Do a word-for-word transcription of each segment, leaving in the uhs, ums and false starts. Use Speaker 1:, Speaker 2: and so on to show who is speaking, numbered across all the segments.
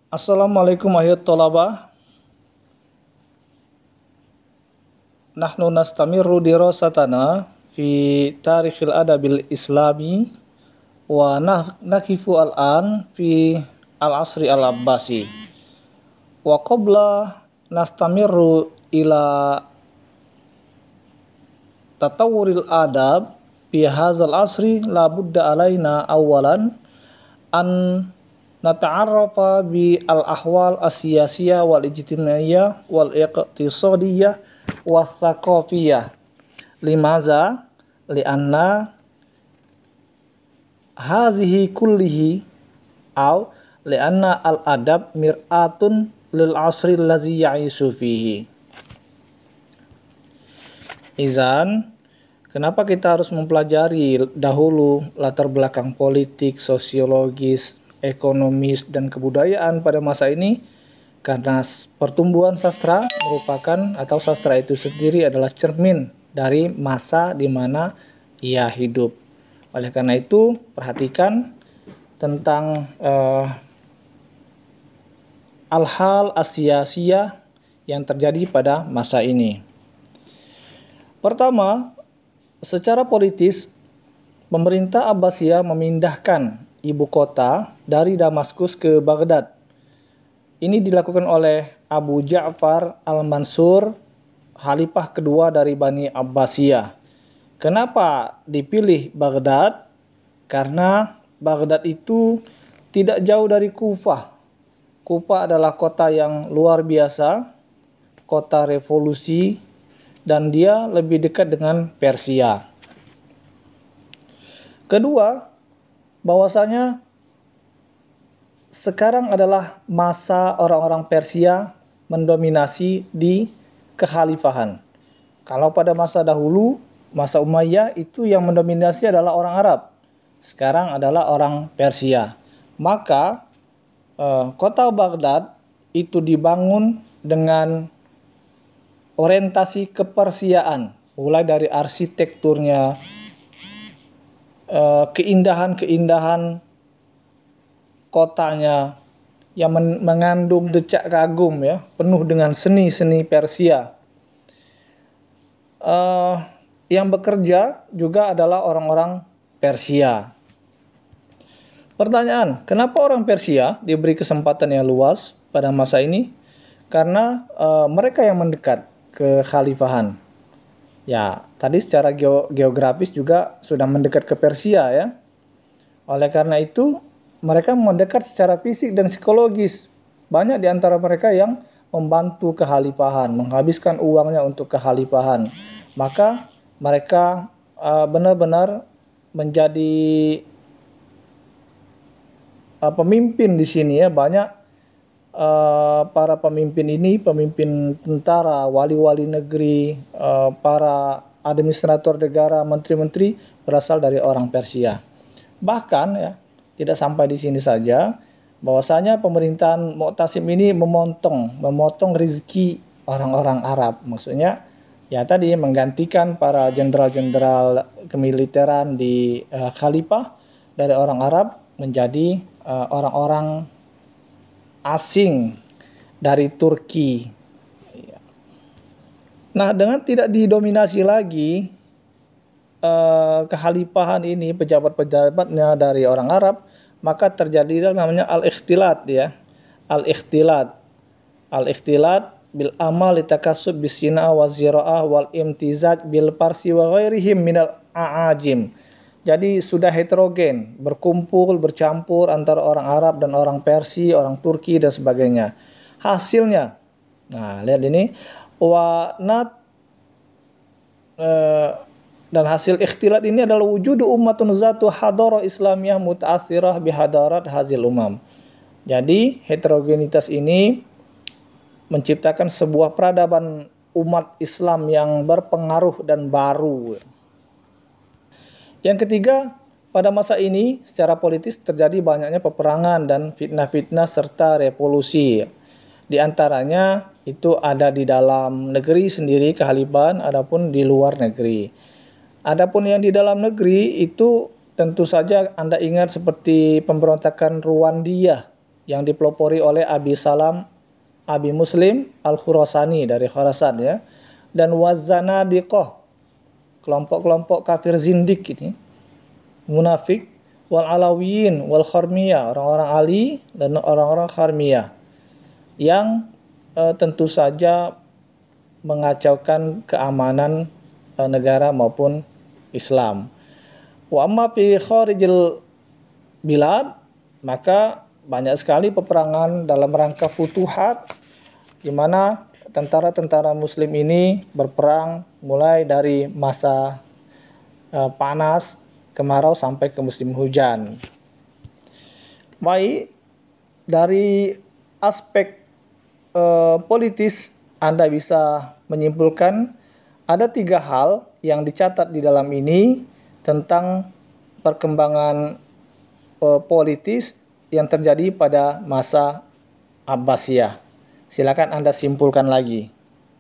Speaker 1: Assalamualaikum ayat tolabah. Nahnu nastamiru dirasatana fi tarikhil adabil islami wa nah- nakifu al-an fi al-asri al-abbasi. Wa qabla nastamiru ila tatawuril adab fi hadzal asri la budda alaina awalan an nata'arrafa bi al-ahwal as-siyasiyah wal ijtimaiyah wal iqtisadiyah was thaqafiyah. Limaza? Lianna hazihi kullihi aw lianna al-adab mir'atun lil asri allazi ya'ishu fihi. Izan, kenapa kita harus mempelajari dahulu latar belakang politik, sosiologis, ekonomis, dan kebudayaan pada masa ini? Karena pertumbuhan sastra merupakan atau sastra itu sendiri adalah cermin dari masa di mana ia hidup. Oleh karena itu, perhatikan tentang uh, hal-hal asia-sia yang terjadi pada masa ini. Pertama, secara politis, pemerintah Abbasiyah memindahkan ibu kota dari Damaskus ke Baghdad. Ini dilakukan oleh Abu Ja'far al-Mansur, khalifah kedua dari Bani Abbasiyah. Kenapa dipilih Baghdad? Karena Baghdad itu tidak jauh dari Kufah. Kufah adalah kota yang luar biasa, kota revolusi, dan dia lebih dekat dengan Persia. Kedua, bahwasanya sekarang adalah masa orang-orang Persia mendominasi di kekhalifahan. Kalau pada masa dahulu, masa Umayyah itu yang mendominasi adalah orang Arab. Sekarang adalah orang Persia. Maka eh, kota Baghdad itu dibangun dengan orientasi kepersiaan, mulai dari arsitekturnya, eh, keindahan-keindahan kotanya yang men- mengandung decak kagum ya, penuh dengan seni-seni Persia. Uh, yang bekerja juga adalah orang-orang Persia. Pertanyaan, kenapa orang Persia diberi kesempatan yang luas pada masa ini? Karena uh, mereka yang mendekat ke khalifahan. Ya, tadi secara geo- geografis juga sudah mendekat ke Persia ya. Oleh karena itu, mereka mendekat secara fisik dan psikologis. Banyak di antara mereka yang membantu kekhalifahan, menghabiskan uangnya untuk kekhalifahan. Maka mereka uh, benar-benar menjadi uh, pemimpin di sini ya. Banyak uh, para pemimpin ini, pemimpin tentara, wali-wali negeri, uh, para administrator negara, menteri-menteri berasal dari orang Persia. Bahkan ya, tidak sampai di sini saja, bahwasanya pemerintahan Mu'tasim ini memotong, memotong rezeki orang-orang Arab. Maksudnya, ya tadi menggantikan para jenderal-jenderal kemiliteran di uh, Khalifah dari orang Arab menjadi uh, orang-orang asing dari Turki. Nah, dengan tidak didominasi lagi uh, kekhalifahan ini, pejabat-pejabatnya dari orang Arab, maka terjadilah namanya al-ikhtilat ya. Al-ikhtilat. Al-ikhtilat bil amal litakasub bisina wa zira'ah wal imtizaj bil parsi wa ghairihim minal a'ajim. Jadi sudah heterogen, berkumpul, bercampur antara orang Arab dan orang Persia, orang Turki dan sebagainya. Hasilnya, nah lihat ini, wa nat eh, dan hasil ikhtilat ini adalah wujudu ummatun zatu hadara islamiyah mutaathirah bihadarat hazil umam. Jadi heterogenitas ini menciptakan sebuah peradaban umat Islam yang berpengaruh dan baru. Yang ketiga, pada masa ini secara politis terjadi banyaknya peperangan dan fitnah-fitnah serta revolusi. Di antaranya itu ada di dalam negeri sendiri kekhalifahan, adapun di luar negeri. Adapun yang di dalam negeri itu tentu saja Anda ingat seperti pemberontakan Rwandia yang dipelopori oleh Abi Salam Abi Muslim Al-Khurasani dari Khurasan ya, dan Wazanadiqah, kelompok-kelompok kafir zindik ini, munafik, wal alawiyin wal kharmiyah, orang-orang Ali dan orang-orang kharmiyah yang eh, tentu saja mengacaukan keamanan eh, negara maupun Islam. Wa amma fi kharijil bilad, maka banyak sekali peperangan dalam rangka futuhat, di mana tentara-tentara muslim ini berperang mulai dari masa uh, panas, kemarau sampai ke musim hujan. Baik, dari aspek uh, politis Anda bisa menyimpulkan ada tiga hal yang dicatat di dalam ini tentang perkembangan uh, politis yang terjadi pada masa Abbasiyah. Silakan Anda simpulkan lagi.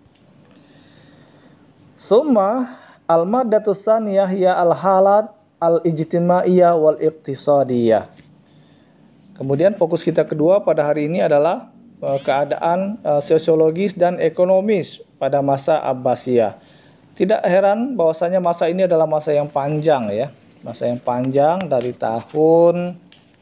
Speaker 1: Summa al-maddatus tsaniyah ya al-halat al-ijtimaiyah wal iqtisadiyah. Kemudian fokus kita kedua pada hari ini adalah uh, keadaan uh, sosiologis dan ekonomis pada masa Abbasiyah. Tidak heran bahwasanya masa ini adalah masa yang panjang ya. Masa yang panjang dari tahun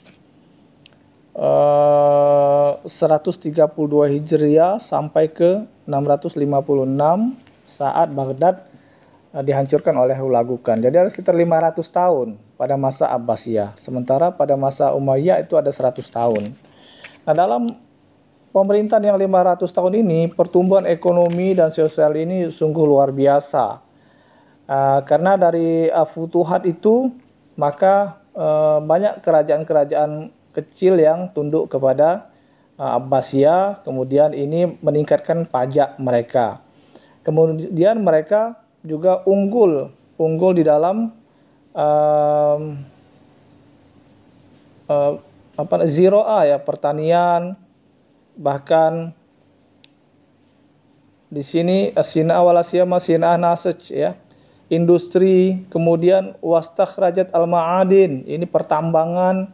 Speaker 1: Uh, seratus tiga puluh dua Hijriah sampai ke enam ratus lima puluh enam saat Baghdad uh, dihancurkan oleh Hulagukan. Jadi ada sekitar lima ratus tahun pada masa Abbasiyah. Sementara pada masa Umayyah itu ada seratus tahun. Nah, dalam pemerintahan yang lima ratus tahun ini, pertumbuhan ekonomi dan sosial ini sungguh luar biasa. Uh, karena dari uh, futuhat itu, maka uh, banyak kerajaan-kerajaan kecil yang tunduk kepada uh, Abbasiyah, kemudian ini meningkatkan pajak mereka. Kemudian mereka juga unggul, unggul di dalam um, uh, apa ziroah ya, pertanian, bahkan di sini sina walasiyama sina nasaj ya, industri, kemudian wastakhrajat al-ma'adin, ini pertambangan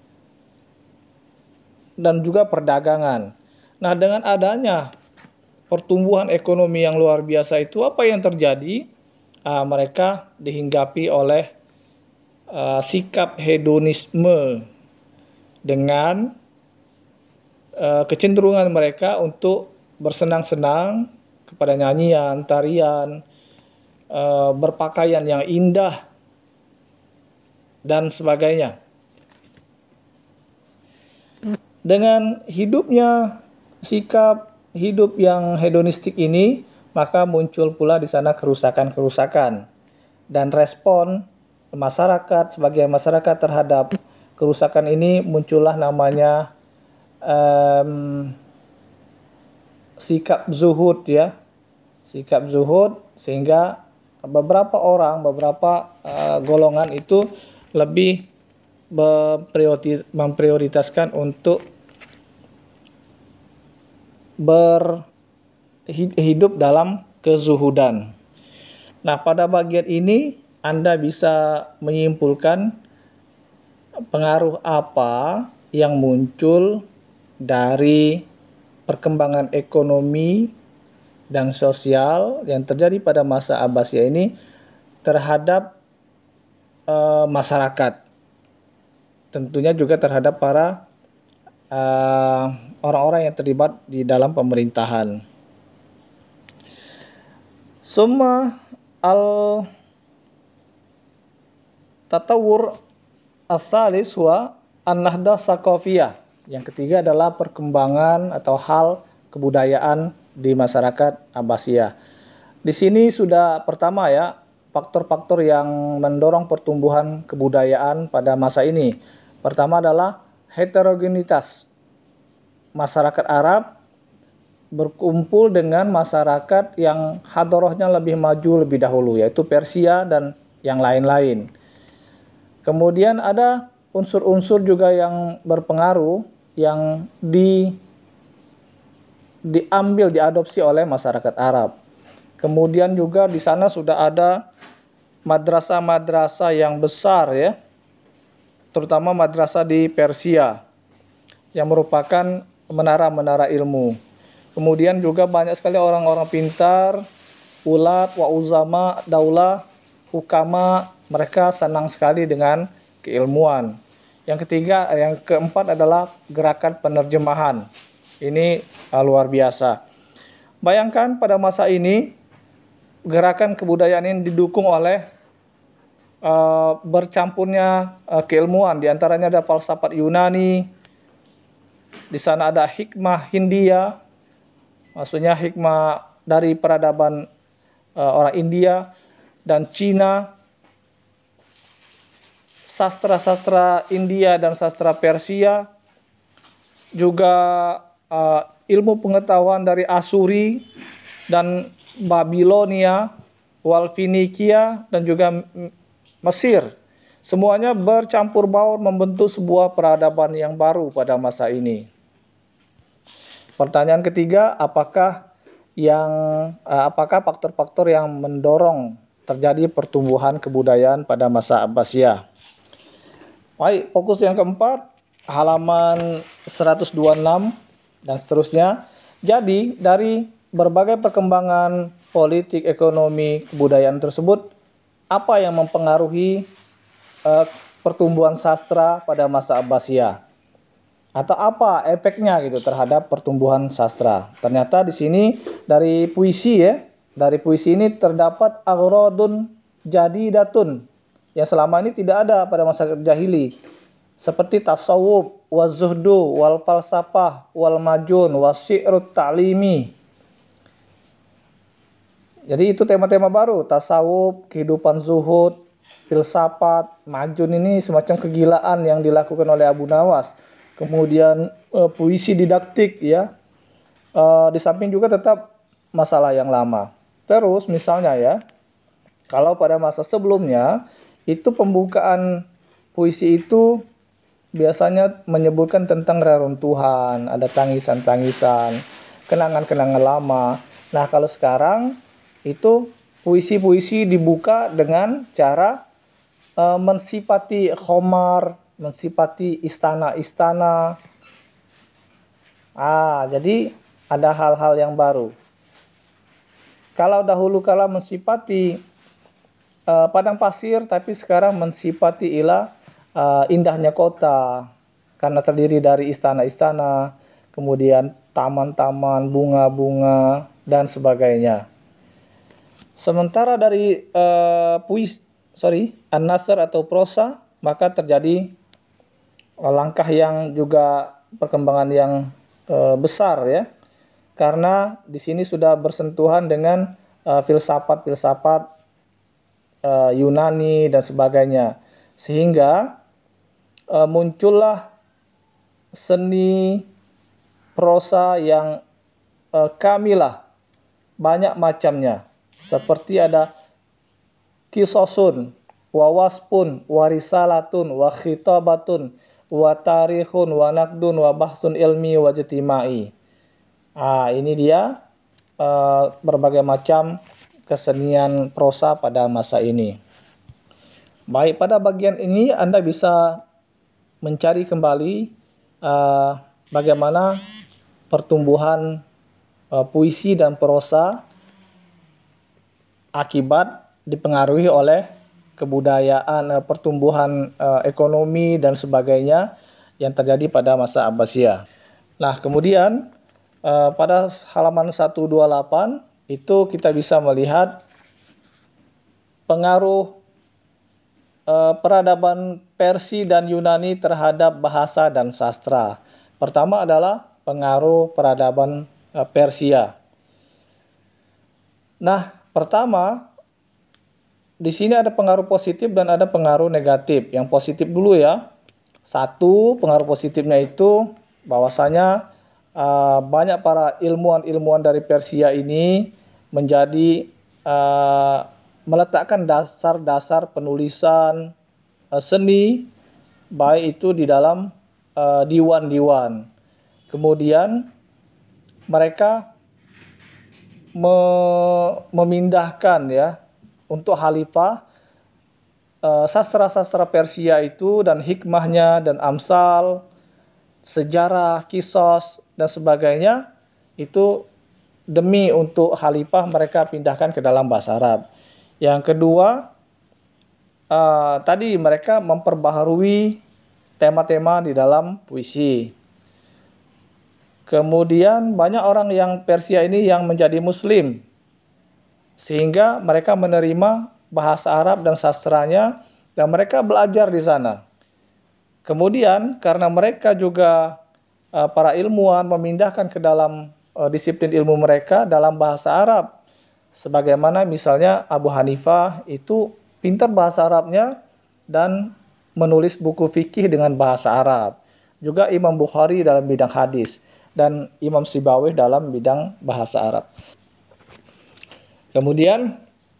Speaker 1: dan juga perdagangan. Nah, dengan adanya pertumbuhan ekonomi yang luar biasa itu, apa yang terjadi? Uh, mereka dihinggapi oleh uh, sikap hedonisme dengan uh, kecenderungan mereka untuk bersenang-senang kepada nyanyian, tarian, uh, berpakaian yang indah, dan sebagainya. Dengan hidupnya sikap hidup yang hedonistik ini, maka muncul pula di sana kerusakan-kerusakan, dan respon masyarakat, sebagian masyarakat terhadap kerusakan ini muncullah namanya um, sikap zuhud ya, sikap zuhud, sehingga beberapa orang, beberapa uh, golongan itu lebih memprioritaskan untuk berhidup dalam kezuhudan. Nah, pada bagian ini Anda bisa menyimpulkan pengaruh apa yang muncul dari perkembangan ekonomi dan sosial yang terjadi pada masa Abbasiyah ini terhadap uh, masyarakat. Tentunya juga terhadap para orang-orang uh, yang terlibat di dalam pemerintahan. Summa al tatawur ats-tsalis wa an-nahdah tsaqafiyah. Yang ketiga adalah perkembangan atau hal kebudayaan di masyarakat Abbasiyah. Di sini sudah pertama ya, faktor-faktor yang mendorong pertumbuhan kebudayaan pada masa ini. Pertama adalah heterogenitas masyarakat Arab berkumpul dengan masyarakat yang hadorohnya lebih maju lebih dahulu, yaitu Persia dan yang lain-lain. Kemudian ada unsur-unsur juga yang berpengaruh yang di, diambil, diadopsi oleh masyarakat Arab. Kemudian juga di sana sudah ada madrasah-madrasah yang besar ya, terutama madrasah di Persia. yang merupakan menara-menara ilmu. Kemudian juga banyak sekali orang-orang pintar, ulat, wa uzama, daulah, hukama, mereka senang sekali dengan keilmuan. Yang ketiga, yang keempat adalah gerakan penerjemahan. Ini uh, luar biasa. Bayangkan pada masa ini, gerakan kebudayaan ini didukung oleh uh, bercampurnya uh, keilmuan. Di antaranya ada falsafat Yunani, di sana ada hikmah Hindia, maksudnya hikmah dari peradaban uh, orang India dan Cina, sastra-sastra India dan sastra Persia, juga uh, ilmu pengetahuan dari Asuri dan Babilonia, Walfinikia, dan juga Mesir. Semuanya bercampur baur membentuk sebuah peradaban yang baru pada masa ini. Pertanyaan ketiga, apakah yang uh, apakah faktor-faktor yang mendorong terjadi pertumbuhan kebudayaan pada masa Abbasiyah? Baik, fokus yang keempat, halaman seratus dua puluh enam dan seterusnya. Jadi, dari berbagai perkembangan politik, ekonomi, kebudayaan tersebut, apa yang mempengaruhi uh, pertumbuhan sastra pada masa Abbasiyah? Atau apa efeknya gitu terhadap pertumbuhan sastra? Ternyata di sini dari puisi ya, dari puisi ini terdapat aghradun jadidatun yang selama ini tidak ada pada masa jahili, seperti tasawuf, wazuhdu, wal falsafah, wal majun, wasyi'rut ta'limi. Jadi itu tema-tema baru, tasawuf, kehidupan zuhud, filsafat, majun, ini semacam kegilaan yang dilakukan oleh Abu Nawas. Kemudian uh, puisi didaktik ya, uh, di samping juga tetap masalah yang lama. Terus misalnya ya, kalau pada masa sebelumnya itu pembukaan puisi itu biasanya menyebutkan tentang reruntuhan, ada tangisan-tangisan, kenangan-kenangan lama. Nah kalau sekarang itu puisi-puisi dibuka dengan cara uh, mensifati khomar, mensifati istana-istana. Ah, jadi ada hal-hal yang baru. Kalau dahulu kala mensifati uh, padang pasir, tapi sekarang mensifati ilah uh, indahnya kota karena terdiri dari istana-istana, kemudian taman-taman, bunga-bunga dan sebagainya. Sementara dari uh, puisi, sorry, an-nasr atau prosa, maka terjadi langkah yang juga perkembangan yang e, besar ya, karena di sini sudah bersentuhan dengan filsafat-filsafat e, Yunani dan sebagainya, sehingga e, muncullah seni prosa yang e, kamilah, banyak macamnya, seperti ada kisosun, wawaspun, warisalatun, wa khitabatun, wa tarikhun, wa nakdun, wa bahsun ilmi, wa jatimai. Ah, ini dia uh, berbagai macam kesenian prosa pada masa ini. Baik, pada bagian ini Anda bisa mencari kembali uh, bagaimana pertumbuhan uh, puisi dan prosa akibat dipengaruhi oleh kebudayaan, pertumbuhan ekonomi dan sebagainya yang terjadi pada masa Abbasiyah. Nah, kemudian pada halaman seratus dua puluh delapan itu kita bisa melihat pengaruh peradaban Persia dan Yunani terhadap bahasa dan sastra. Pertama adalah pengaruh peradaban Persia. Nah, pertama di sini ada pengaruh positif dan ada pengaruh negatif. Yang positif dulu ya. Satu, pengaruh positifnya itu bahwasanya uh, banyak para ilmuwan-ilmuwan dari Persia ini menjadi uh, meletakkan dasar-dasar penulisan uh, seni, baik itu di dalam uh, diwan-diwan. Kemudian mereka me memindahkan ya untuk khalifah sastra-sastra Persia itu dan hikmahnya dan amsal sejarah, kisos, dan sebagainya, itu demi untuk khalifah mereka pindahkan ke dalam bahasa Arab. Yang kedua, uh, tadi mereka memperbaharui tema-tema di dalam puisi. Kemudian banyak orang yang Persia ini yang menjadi Muslim, sehingga mereka menerima bahasa Arab dan sastranya, dan mereka belajar di sana. Kemudian karena mereka juga uh, para ilmuwan memindahkan ke dalam uh, disiplin ilmu mereka dalam bahasa Arab. Sebagaimana misalnya Abu Hanifah itu pintar bahasa Arabnya dan menulis buku fikih dengan bahasa Arab. Juga Imam Bukhari dalam bidang hadis dan Imam Sibawih dalam bidang bahasa Arab. Kemudian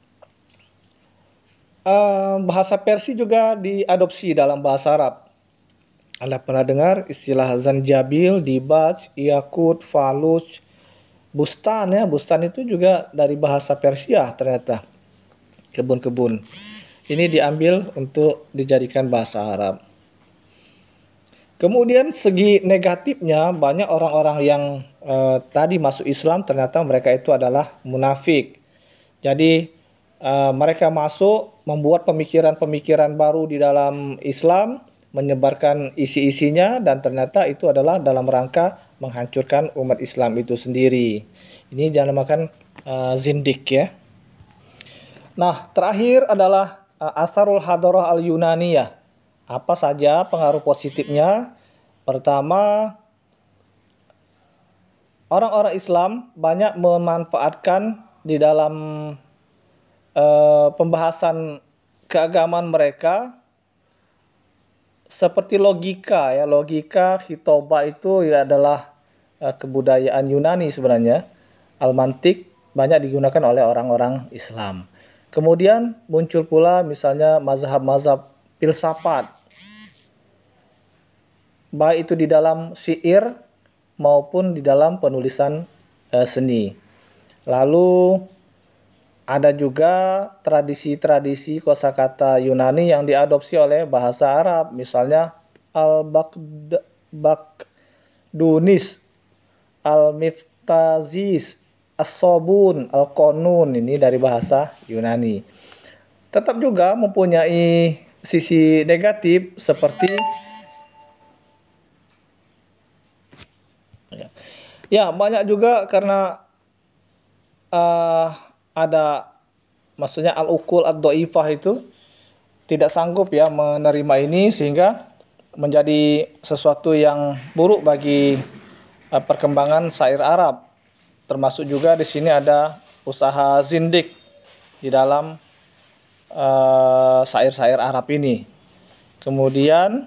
Speaker 1: uh, bahasa Persia juga diadopsi dalam bahasa Arab. Anda pernah dengar istilah Zanjabil, Dibaj, Yakut, Falus, Bustan ya. Bustan itu juga dari bahasa Persia ternyata. Kebun-kebun. Ini diambil untuk dijadikan bahasa Arab. Kemudian segi negatifnya, banyak orang-orang yang eh, tadi masuk Islam ternyata mereka itu adalah munafik. Jadi eh, mereka masuk membuat pemikiran-pemikiran baru di dalam Islam, menyebarkan isi-isinya, dan ternyata itu adalah dalam rangka menghancurkan umat Islam itu sendiri. Ini dinamakan uh, zindik ya. Nah, terakhir adalah uh, Asarul Hadarah al-Yunaniyah. Apa saja pengaruh positifnya? Pertama, orang-orang Islam banyak memanfaatkan di dalam uh, pembahasan keagamaan mereka seperti logika ya. Logika khitobah itu ya adalah uh, kebudayaan Yunani sebenarnya. Al-mantik banyak digunakan oleh orang-orang Islam. Kemudian muncul pula misalnya mazhab-mazhab filsafat, baik itu di dalam syair maupun di dalam penulisan uh, seni. Lalu ada juga tradisi-tradisi kosakata Yunani yang diadopsi oleh bahasa Arab, misalnya Al-Bakdunis, Al-Miftazis, As-Sobun, Al-Qanun, ini dari bahasa Yunani. Tetap juga mempunyai sisi negatif seperti ya banyak juga karena uh, ada maksudnya al-ukul ad-dhaifah itu tidak sanggup ya menerima ini sehingga menjadi sesuatu yang buruk bagi uh, perkembangan syair Arab. Termasuk juga di sini ada usaha zindik di dalam uh, syair-syair Arab ini. Kemudian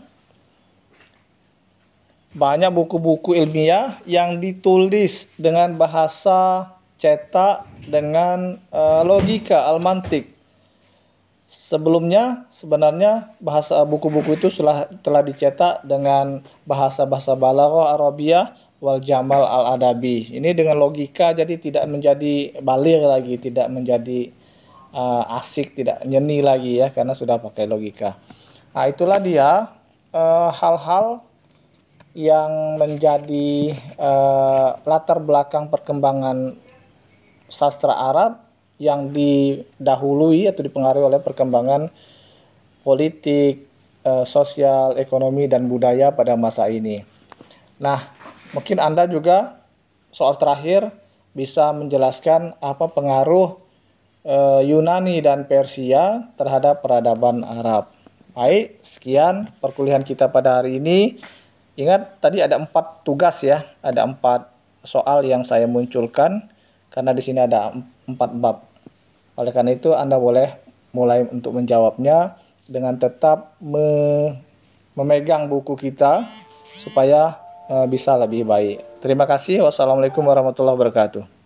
Speaker 1: banyak buku-buku ilmiah yang ditulis dengan bahasa cetak dengan uh, logika al-mantik. Sebelumnya sebenarnya bahasa buku-buku itu telah telah dicetak dengan bahasa-bahasa balaghah Arabiyah wal jamal al-adabi. Ini dengan logika, jadi tidak menjadi baligh lagi, tidak menjadi uh, asik, tidak nyeni lagi ya, karena sudah pakai logika. Nah, itulah dia uh, hal-hal yang menjadi uh, latar belakang perkembangan sastra Arab yang didahului atau dipengaruhi oleh perkembangan politik, uh, sosial, ekonomi, dan budaya pada masa ini. Nah, mungkin Anda juga soal terakhir bisa menjelaskan apa pengaruh uh, Yunani dan Persia terhadap peradaban Arab. Baik, sekian perkuliahan kita pada hari ini. Ingat tadi ada empat tugas ya, ada empat soal yang saya munculkan karena di sini ada empat bab. Oleh karena itu Anda boleh mulai untuk menjawabnya dengan tetap me memegang buku kita supaya uh, bisa lebih baik. Terima kasih. Wassalamualaikum warahmatullahi wabarakatuh.